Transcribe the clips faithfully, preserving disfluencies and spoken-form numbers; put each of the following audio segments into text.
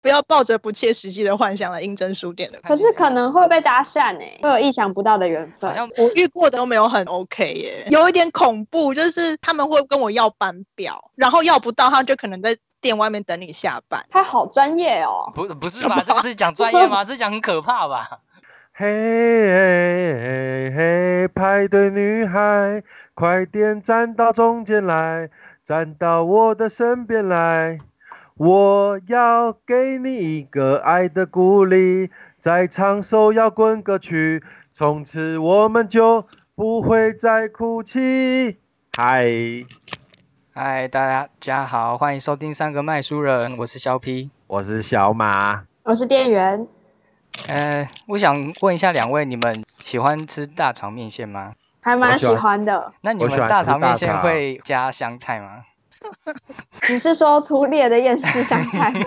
不要抱着不切实际的幻想来应征书店的。 可是可能会被搭讪哎、欸，会有意想不到的缘分。 好像我遇过的都没有很 OK 耶，有一点恐怖，就是他们会跟我要班表，然后要不到，他就可能在店外面等你下班。 他好专业哦。 不不是吧？这个是讲专业吗？这讲很可怕吧？ 嘿嘿嘿嘿，排队女孩，快点站到中间来，站到我的身边来。我要给你一个爱的鼓励，再唱首摇滚歌曲，从此我们就不会再哭泣。嗨， 嗨，大家好，欢迎收听三个卖书人，我是小 P， 我是小马， 我是店员。 呃，我想问一下两位，你们喜欢吃大肠面线吗？ 还蛮喜欢的。 那你们大肠面线会加香菜吗？ 你是说粗劣的厌世香菜吗？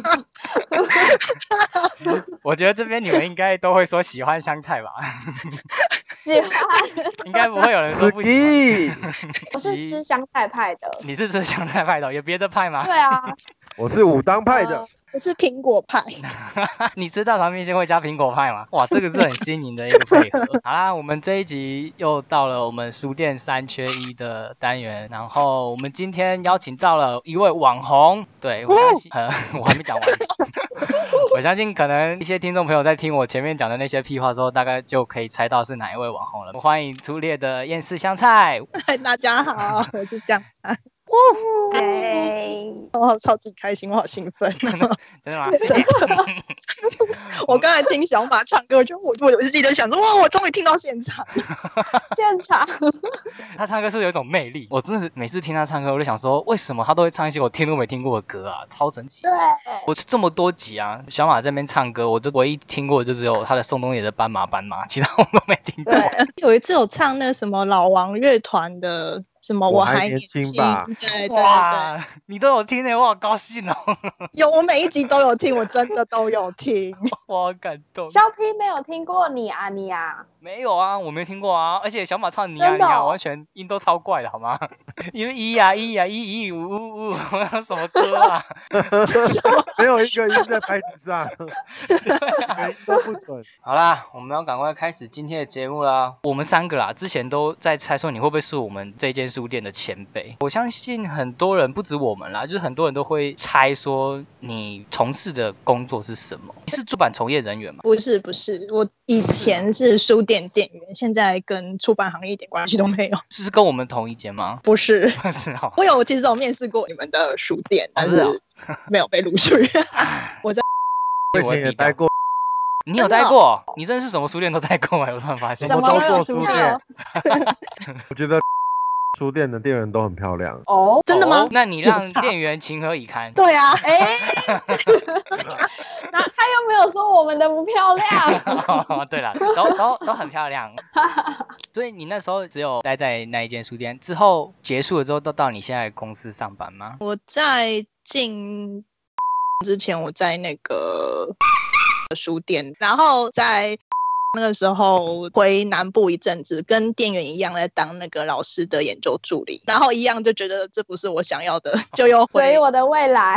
我觉得这边你们应该都会说喜欢香菜吧？ 喜欢， 应该不会有人说不喜欢。 我是吃香菜派的。 你是吃香菜派的，有别的派吗？ 对啊， 我是武当派的。呃我是苹果派。 你吃大肠面线会加苹果派吗？哇，这个是很新颖的一个配合。好啦，我们这一集又到了我们书店三缺一的单元，然后我们今天邀请到了一位网红，对，我相信，呃，我还没讲完。我相信可能一些听众朋友在听我前面讲的那些屁话之后，大概就可以猜到是哪一位网红了。欢迎粗劣的厌世香菜。 大家好，我是香菜。哎，我超级开心，我好兴奋、哦！ 真的吗？ 我刚才听小马唱歌，我就我我我自己在想说，哇，我终于听到现场， 现场。 他唱歌是有一种魅力，我真的是每次听他唱歌，我就想说，为什么他都会唱一些我听都没听过的歌啊，超神奇！ 对， 我这么多集啊，小马这边唱歌，我就唯一听过的就只有他的宋冬野的《斑马斑马》，其他我都没听过。 有一次有唱那个什么老王乐团的。什么我还年轻吧？ 对对对， 哇，你都有听耶，我好高兴哦！ 有，我每一集都有听，我真的都有听， 我好感动。 小 P 没有听过你啊你啊？ 没有啊，我没听过啊，而且小马唱你啊你啊，完全音都超怪的好吗？因为一呀一呀一一五五五，什么歌啊？ 没有一个音在拍子上，每音都不准。 好啦，我们要赶快开始今天的节目啦。我们三个啦，之前都在猜说你会不会是我们这间书店的前辈。我相信很多人不止我们啦，就是很多人都会猜说你从事的工作是什么？你是出版从业人员吗？ 不是不是，我以前是书店店员，现在跟出版行业一点关系都没有。 是跟我们同一间吗？ 不是， 不是哦。 我有其实有面试过你们的书店，但是没有被录取。我在我也待过。 你有待过？你真的是什么书店都待过哎！我突然发现， 什么都做书店。我觉得书店的店员都很漂亮哦， 真的吗？ 那你让店员情何以堪？ 对啊， 哎，那他又没有说我们的不漂亮。 哦，对了，都都都很漂亮。所以你那时候只有待在那一间书店，之后结束了之后，都到你现在公司上班吗？ 我在进之前，我在那个书店，然后在那个时候回南部一阵子，跟店员一样在当那个老师的研究助理，然后一样就觉得这不是我想要的，就又回所以我的未来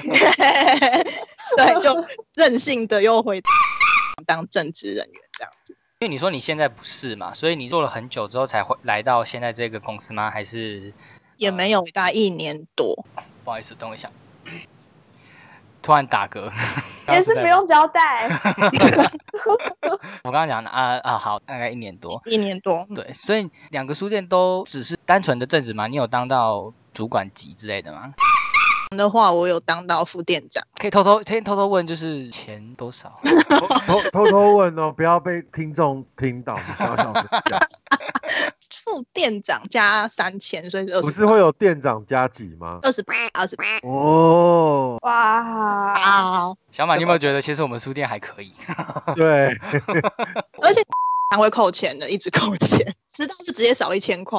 对，就任性的又回当正职人员这样子。 因为你说你现在不是嘛，所以你做了很久之后才会来到现在这个公司吗？还是也没有，大概一年多。 不好意思，等我一下。突然打嗝， 也是不用交代。 我刚刚讲的啊啊，好，大概一年多， 一年多， 对，所以两个书店都只是单纯的正职吗？你有当到主管级之类的吗？ 的话，我有当到副店长。 可以偷偷可以偷偷问，就是钱多少？ 偷偷偷问哦，不要被听众听到。小小声讲。 副店长加三千，所以是二十。 不是会有店长加几吗？ 二十八，二十八。 哦， 哇！ 小马，你有没有觉得其实我们书店还可以？ 对， 而且还会扣钱的，一直扣钱，直到是直接少一千块。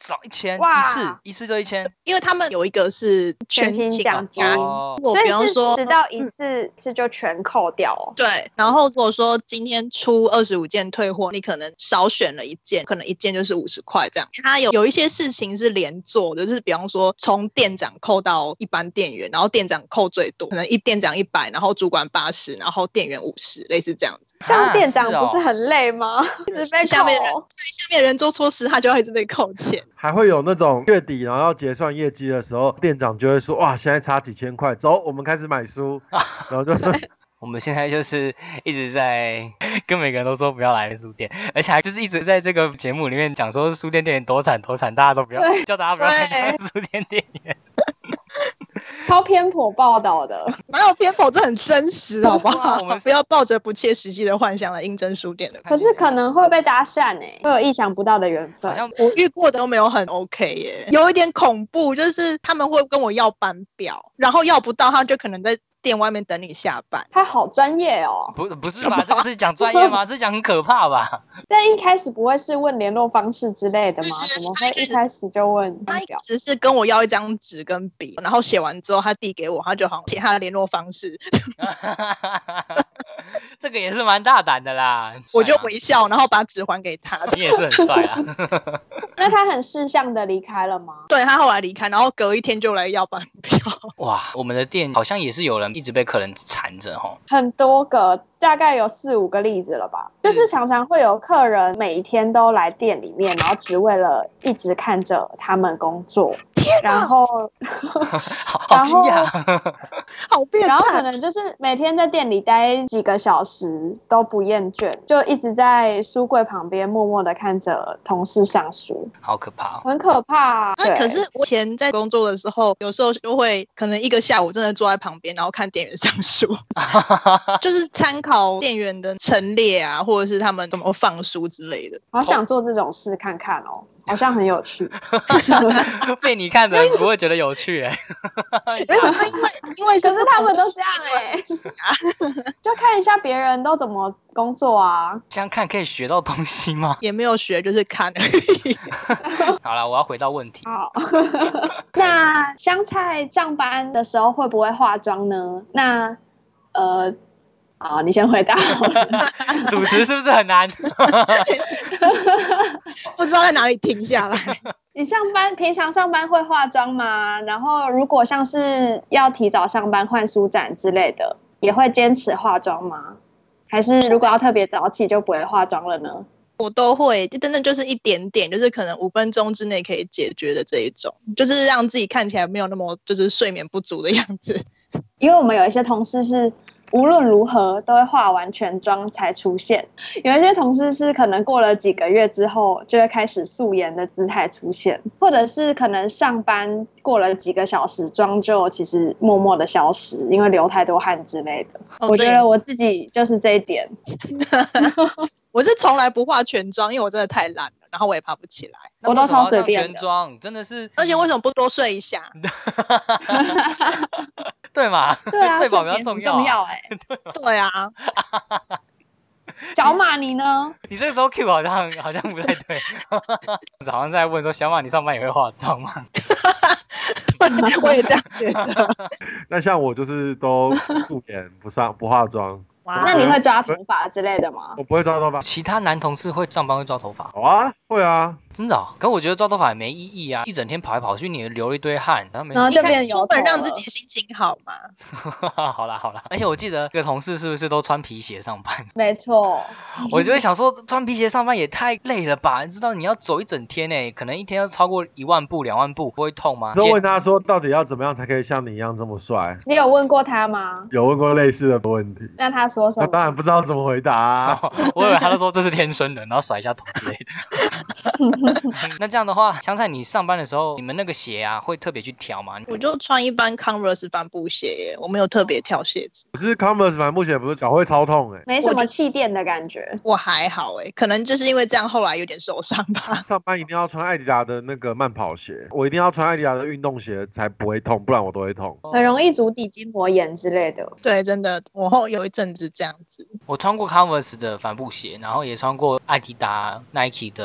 少一千哇一次，一次就一千。 因为他们有一个是全全勤勤奖金加一， 哦我所以是比方说迟到一次是就全扣掉哦。 对，然后如果说今天出二十五件退货，你可能少选了一件，可能一件就是五十块这样。它有有一些事情是连做，就是比方说从店长扣到一般店员，然后店长扣最多，可能一店长一百，然后主管八十，然后店员五十，类似这样子。 这样店长啊不是很累吗？一直被下面人扣。 对下面的人做错事，他就要一直被扣钱。 还会有那种月底然后要结算业绩的时候，店长就会说哇，现在差几千块，走，我们开始买书，然后就我们现在就是一直在跟每个人都说不要来书店，而且还就是一直在这个节目里面讲说书店店员多惨多惨，大家都不要叫大家不要来当书店店员。 超偏颇报道的， 哪有偏颇？这很真实，好不好？ 我们不要抱着不切实际的幻想来应征书店的。 可是可能会被搭讪哎，会有意想不到的缘分。 好像我遇过的都没有很 OK 耶，有一点恐怖，就是他们会跟我要班表，然后要不到，他就可能在店外面等你下班。 他好专业哦。 不不是吧？这个是讲专业吗？这讲很可怕吧？ 但一开始不会是问联络方式之类的吗？怎么会一开始就问他班表？ 只是跟我要一张纸跟笔，然后写完之后他递给我，他就好像写他的联络方式， 这个也是蛮大胆的啦。 我就帅啊微笑，然后把纸还给他。 你也是很帅啊。 那他很识相的离开了吗？ 对，他后来离开，然后隔一天就来要班表。 哇，我们的店好像也是有人一直被客人缠着齁。 很多个，大概有四五个例子了吧。就是常常会有客人每一天都来店里面，然后只为了一直看着他们工作，然后好好惊讶。 好变然后可态！ 能就是每天在店里待几个小时都不厌倦，就一直在书柜旁边默默的看着同事上书， 好可怕哦。 很可怕、啊。对那可是我以前在工作的时候，有时候就会可能一个下午真的坐在旁边，然后看店员上书，就是参考店员的陈列啊，或者是他们怎么放书之类的。 好想做这种事看看哦，好像很有趣。 被你看的不会觉得有趣哎、 没有，就因为因为是可是他们都这样哎、 哎、 就看一下别人都怎么工作啊。 这样看可以学到东西吗？ 也没有学，就是看而已。 好了，我要回到问题。 好，那香菜上班的时候会不会化妆呢？那呃，好，你先回答好了。 主持是不是很难？ 不知道在哪里停下来。 你上班平常上班会化妆吗？然后如果像是要提早上班换书展之类的，也会坚持化妆吗？还是如果要特别早起就不会化妆了呢？ 我都会，就真的就是一点点，就是可能五分钟之内可以解决的这一种，就是让自己看起来没有那么就是睡眠不足的样子。 因为我们有一些同事是无论如何都会化完全妆才出现，有一些同事是可能过了几个月之后就会开始素颜的姿态出现，或者是可能上班过了几个小时妆就其实默默的消失，因为流太多汗之类的。 哦我觉得我自己就是这一点。 我是从来不化全妆，因为我真的太懒了，然后我也爬不起来。 我都超随便的全妆真的是， 而且为什么不多睡一下？ 对嘛？ 对啊， 睡饱比较睡眠很重要、 重要哎、 对啊， 小马你呢？ 你这个时候 Q 好像好像不太对，好像在问说小马你上班也会化妆吗？ 我也这样觉得。 那像我就是都素颜不上不化妆， 哇那你会抓头发之类的吗？ 我不会抓头发。 其他男同事会上班会抓头发， 好啊，会啊。 真的、哦？可我觉得抓头发也没意义啊，一整天跑来跑去，你流了一堆汗，然后没然后就变你看出油头了门让自己心情好嘛。 好啦好啦，而且我记得这个同事是不是都穿皮鞋上班？ 没错， 我就会想说，穿皮鞋上班也太累了吧？你知道你要走一整天诶，可能一天要超过一万步、两万步，不会痛吗？ 就问他说，到底要怎么样才可以像你一样这么帅？ 你有问过他吗？ 有问过类似的问题， 那他说什么？ 那当然不知道怎么回答啊。 我以为他都说这是天生的，然后甩一下头之类的。那这样的话，香菜你上班的时候，你们那个鞋啊，会特别去挑吗？ 我就穿一般 Converse 帆布鞋耶，我没有特别挑鞋子。 可是 Converse 帆布鞋不是脚会超痛哎、 没什么气垫的感觉。 我还好哎，可能就是因为这样，后来有点受伤吧。 上班一定要穿艾迪达的那个慢跑鞋，我一定要穿艾迪达的运动鞋才不会痛，不然我都会痛。 很容易足底筋膜炎之类的。 对，真的，我后有一阵子这样子。 我穿过 Converse 的帆布鞋，然后也穿过艾迪达、Nike 的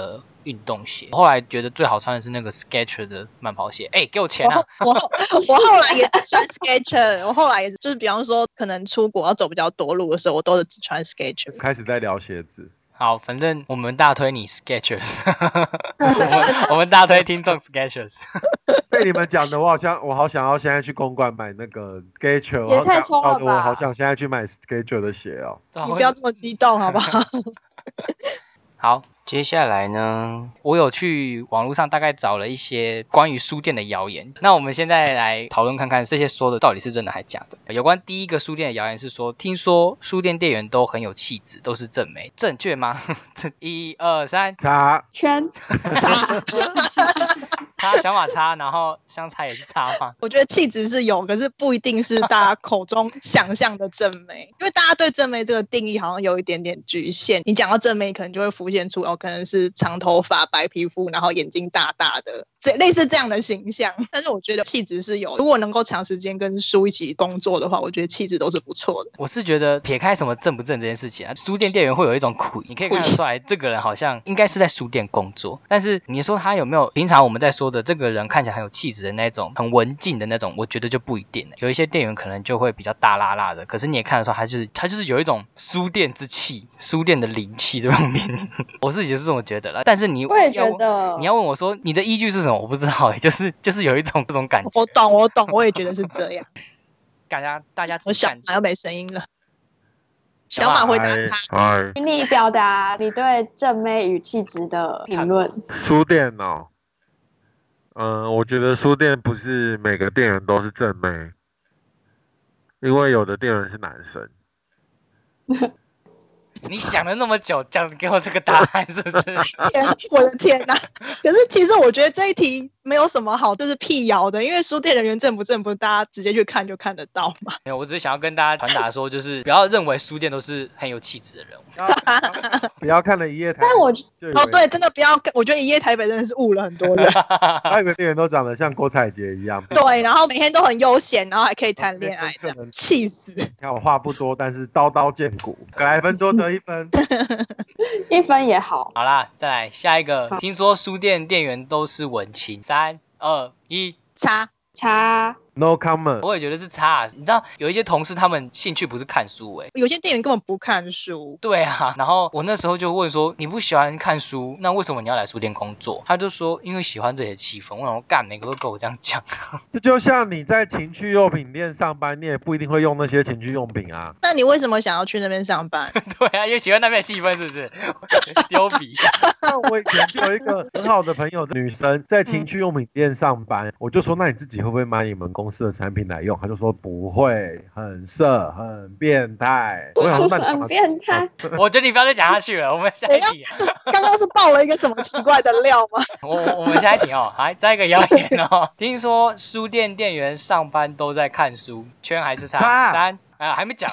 运动鞋。后来觉得最好穿的是那个 Skechers 的慢跑鞋。哎、欸，给我钱啊！ 我我我后来也是穿 Skechers， 我后来也是，就是比方说可能出国要走比较多路的时候，我都是只穿 Skechers。 开始在聊鞋子。 好，反正我们大推你 Skechers， 我, 们我们大推听众 Skechers。 被你们讲的，我好像我好想要现在去公馆买那个 Skechers， 也太冲了吧！ 我好想现在去买 Skechers 的鞋哦。 你不要这么激动好不好？ 好，接下来呢，我有去网络上大概找了一些关于书店的谣言。那我们现在来讨论看看这些说的到底是真的还是假的。有关第一个书店的谣言是说，听说书店店员都很有气质，都是正妹，正确吗？一二三， 叉圈叉叉小马叉，然后香菜也是叉吗？ 我觉得气质是有，可是不一定是大家口中想象的正妹，因为大家对正妹这个定义好像有一点点局限。你讲到正妹，可能就会浮现出哦，可能是长头发、白皮肤，然后眼睛大大的，这类似这样的形象。但是我觉得气质是有，如果能够长时间跟书一起工作的话，我觉得气质都是不错的。 我是觉得撇开什么正不正这件事情啊，书店店员会有一种苦，你可以看得出来，这个人好像应该是在书店工作，但是你说他有没有平常我们在说的这个人看起来很有气质的那种，很文静的那种，我觉得就不一定了。有一些店员可能就会比较大辣辣的，可是你也看得出他就是他就是有一种书店之气，书店的灵气这方面，我自己就是这么觉得了。但是你我也觉得， 你要问我说你的依据是什么，我不知道，就是就是有一种这种感觉。 我懂，我懂，我也觉得是这样。 大家大家我小马又没声音了。小马回答他， 请你表达你对正妹与气质的评论。 书店哦，嗯、呃，我觉得书店不是每个店员都是正妹，因为有的店员是男生。 你想了那么久，讲给我这个答案是不是？ 天，我的天哪！可是其实我觉得这一题没有什么好，就是辟谣的，因为书店人员正不正，不是大家直接去看就看得到嘛。 没有，我只是想要跟大家传达说，就是不要认为书店都是很有气质的人。 不要看了一夜台， 但我哦对，真的不要，我觉得一夜台北真的是误了很多人。 那个店员都长得像郭采洁一样。 对，然后每天都很悠闲，然后还可以谈恋爱，这样气死。 你看我话不多，但是刀刀见骨，格莱芬多得一分。 一分也好。 好啦，再来下一个。听说书店店员都是文青。三二一， 叉叉。 No comment。 我也觉得是差。你知道有一些同事他们兴趣不是看书哎、欸， 有些店员根本不看书。 对啊，然后我那时候就问说，你不喜欢看书，那为什么你要来书店工作？他就说因为喜欢这些气氛。我想说干，每个都跟我这样讲。 这就像你在情趣用品店上班，你也不一定会用那些情趣用品啊。 那你为什么想要去那边上班？ 对啊，因为喜欢那边的气氛，是不是？丢笔。 我以前就有一个很好的朋友，女生在情趣用品店上班，嗯、我就说那你自己会不会买你们公司的产品来用？他就说不会，很色，很变态。我想说那很变态。 我觉得你不要再讲下去了，我们下一题。 刚刚是爆了一个什么奇怪的料吗？ 我我们下一题哦，还再一个谣言哦。听说书店店员上班都在看书，圈还是叉？三啊，还没讲。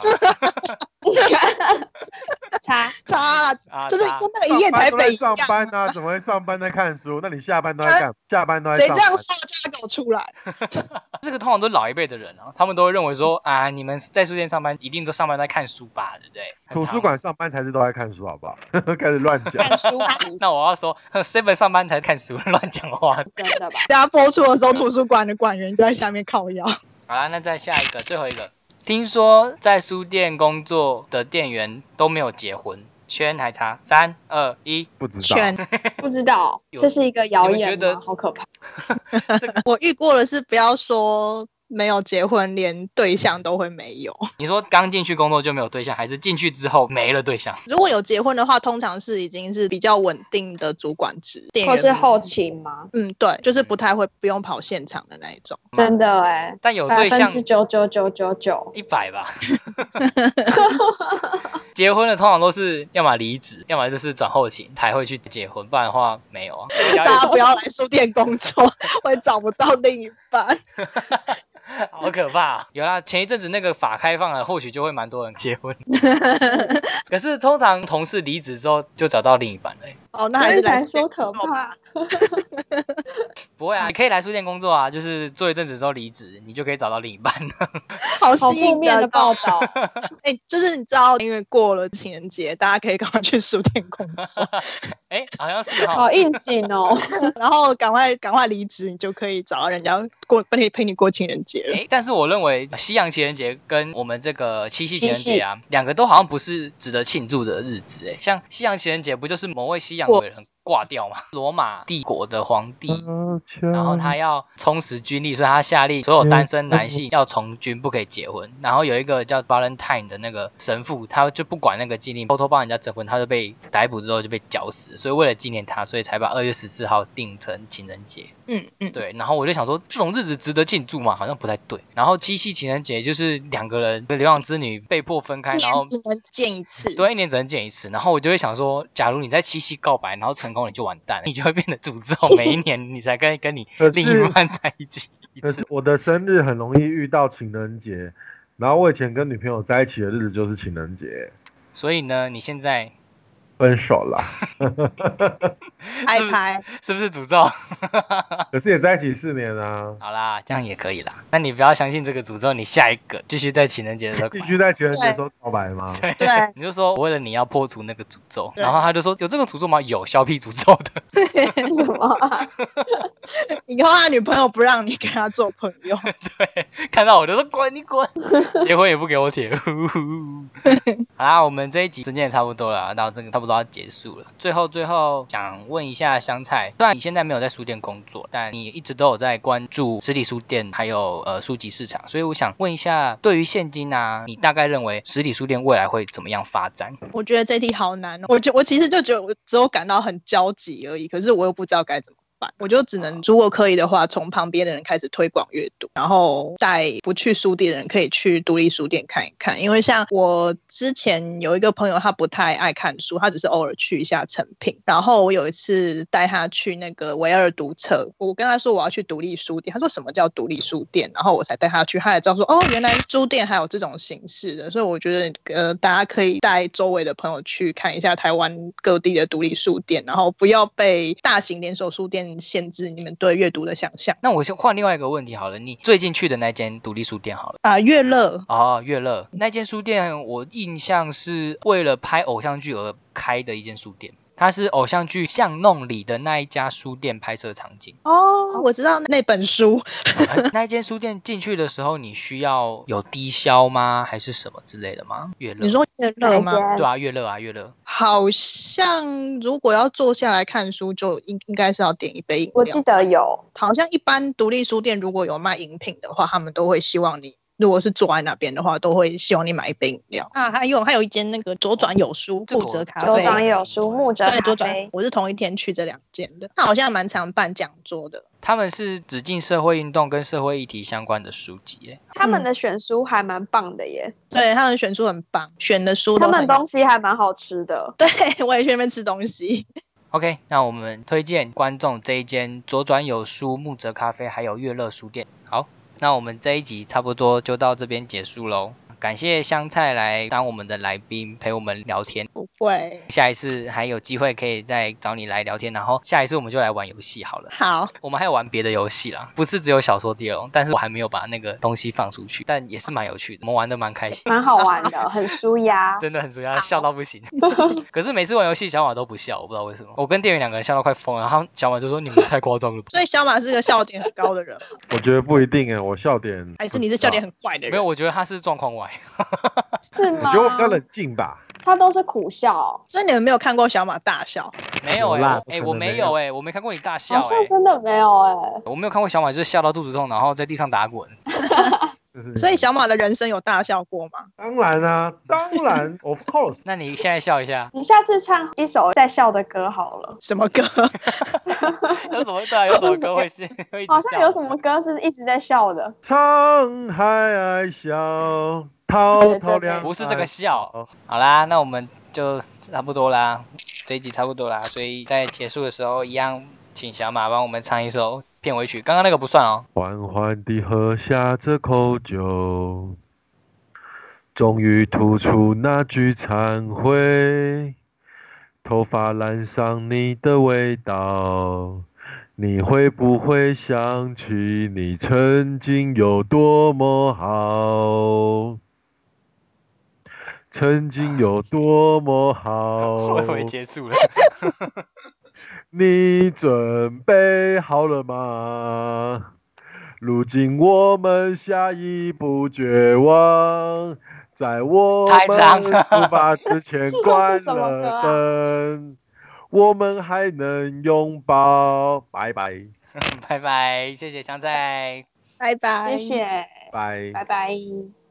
叉叉啊，就是跟那个一夜台北一样。 上班啊，怎么会上班在看书？那你下班都在干？下班都在谁这样说？家给我出来！ 这个通常都是老一辈的人啊，他们都会认为说啊，你们在书店上班一定都上班在看书吧，对不对？ 图书馆上班才是都在看书，好不好？开始乱讲。 看书。 那我要说 ，seven 上班才看书，乱讲话。 真的吧？ 大家播出的时候，图书馆的馆员就在下面靠腰。 好啦，那再下一个，最后一个。听说在书店工作的店员都没有结婚，圈还差？三二一， 不知道， 圈不知道，这是一个谣言吗？ 觉得好可怕。 我遇过的是，不要说没有结婚，连对象都会没有。 你说刚进去工作就没有对象，还是进去之后没了对象？ 如果有结婚的话，通常是已经是比较稳定的主管职， 或是后勤吗？ 嗯，对，就是不太会不用跑现场的那一种。 真的哎、欸， 但有对象百分之九九九九九， 一百吧。结婚的通常都是要么离职，要么就是转后勤才会去结婚，不然的话没有啊。 大家不要来书店工作，会找不到另一半。 好可怕、啊！有啦，前一阵子那个法开放了，或许就会蛮多人结婚。可是通常同事离职之后就找到另一半了、欸。 哦，那还是来说可怕。 不会啊，你可以来书店工作啊，就是做一阵子之后离职，你就可以找到另一半了。 好好吸引负面的报道。 哎、就是你知道，因为过了情人节，大家可以赶快去书店工作， 哎、好像是哈。 好应景哦。 然后赶快赶快离职，你就可以找到人家过陪你陪你过情人节了。 哎，但是我认为西洋情人节跟我们这个七夕情人节啊，两个都好像不是值得庆祝的日子。哎，像西洋情人节不就是某位西洋伟人挂掉嘛？罗马帝国的皇帝，然后他要充实军力，所以他下令所有单身男性要从军，不可以结婚。然后有一个叫 Valentine 的那个神父，他就不管那个禁令，偷偷帮人家征婚，他就被逮捕之后就被绞死。所以为了纪念他，所以才把二月十四号定成情人节。 嗯嗯， 对。然后我就想说，这种日子值得庆祝吗？好像不太对。然后七夕情人节就是两个人流浪之女被迫分开，然后只能见一次， 对，一年只能见一次。然后我就会想说，假如你在七夕告白，然后成功，你就完蛋了，你就会变得诅咒，每一年你才跟跟你另一半在一起一次。 可是我的生日很容易遇到情人节，然后我以前跟女朋友在一起的日子就是情人节， 所以呢，你现在分手啦。 拍拍是不是诅咒？ 可是也在一起四年啊。 好啦，这样也可以啦。那你不要相信这个诅咒，你下一个继续在情人节的时候， 必须在情人节的时候告白吗？ 对对， 你就说为了你要破除那个诅咒， 对然后他就说有这个诅咒吗？有，小屁诅咒的。 什么啊？ 以后他女朋友不让你跟他做朋友， 对，看到我就说滚你滚，结婚也不给我舔。好啦，我们这一集时间也差不多了，到这个差不多要结束了。最后最后想问一下香菜，虽然你现在没有在书店工作，但你一直都有在关注实体书店还有呃书籍市场，所以我想问一下，对于现今啊，你大概认为实体书店未来会怎么样发展？ 我觉得这题好难哦。我觉我其实就觉得我只有感到很焦急而已，可是我又不知道该怎么办，我就只能如果可以的话，从旁边的人开始推广阅读，然后带不去书店的人可以去独立书店看一看。因为像我之前有一个朋友，他不太爱看书，他只是偶尔去一下诚品。然后我有一次带他去那个维尔读册，我跟他说我要去独立书店，他说什么叫独立书店？然后我才带他去，他才知道说哦，原来书店还有这种形式的。所以我觉得呃，大家可以带周围的朋友去看一下台湾各地的独立书店，然后不要被大型连锁书店限制你们对阅读的想象。 那我先换另外一个问题好了，你最近去的那间独立书店好了啊，悦乐哦，悦乐那间书店，我印象是为了拍偶像剧而开的一间书店。它是偶像剧《巷弄里》的那一家书店拍摄场景哦，我知道那本书。 呃、那一间书店进去的时候，你需要有低消吗？还是什么之类的吗？悦乐， 你说悦乐吗？ 对啊，悦乐啊，悦乐。 好像如果要坐下来看书，就应应该是要点一杯饮料。 我记得有， 好像一般独立书店如果有卖饮品的话，他们都会希望你。如果是坐在那边的话，都会希望你买一杯饮料啊。还有还有一间那个左转有书木泽咖啡， 左转有书木泽咖啡， 我是同一天去这两间的。他好像蛮常办讲座的。 他们是只进社会运动跟社会议题相关的书籍耶。 他们的选书还蛮棒的耶。 对，他们选书很棒，选的书都很他们东西还蛮好吃的。 对，我也去那边吃东西。 OK， 那我们推荐观众这一间左转有书木泽咖啡还有悦乐书店。好，那我们这一集差不多就到这边结束咯。感谢香菜来当我们的来宾，陪我们聊天。 不会， 下一次还有机会可以再找你来聊天，然后下一次我们就来玩游戏好了。 好， 我们还有玩别的游戏啦，不是只有小说地龙，但是我还没有把那个东西放出去，但也是蛮有趣的，我们玩的蛮开心， 蛮好玩的，很舒压， 真的很舒压，笑到不行。可是每次玩游戏小马都不笑，我不知道为什么。我跟店员两个人笑到快疯了，然后小马就说你们太夸张了。 所以小马是个笑点很高的人。 我觉得不一定哎，我笑点还是你是笑点很怪的人？ 没有，我觉得他是状况外。 是吗？ 我觉得我比较冷静吧。 他都是苦笑， 所以你们没有看过小马大笑？ 没有哎、欸，哎、欸，我没有哎、 欸， 我没看过你大笑哎、欸， 好像真的没有哎、欸， 我没有看过小马就是笑到肚子痛，然后在地上打滚。 所以小马的人生有大笑过吗？ 当然啊，当然 ，of course。 那你现在笑一下， 你下次唱一首在笑的歌好了。 什么歌？ 有什么对啊？有什么歌会是会一直笑？ 好像有什么歌是一直在笑的。 沧海爱笑，滔滔两岸。 不是这个笑。好啦，那我们就差不多啦，这一集差不多啦，所以在结束的时候一样，请小马帮我们唱一首片尾曲，刚刚那个不算哦。 缓缓地喝下这口酒，终于吐出那句忏悔。头发染上你的味道， 你会不会想起你曾经有多么好？曾经有多么好？ 会不会结束了？ 你准备好了吗？如今我们下一步绝望，在我太长们了出发之前关这是什么歌了啊灯，我们还能拥抱。拜拜拜拜，谢谢香菜。 拜拜， 谢谢， 拜。 拜拜。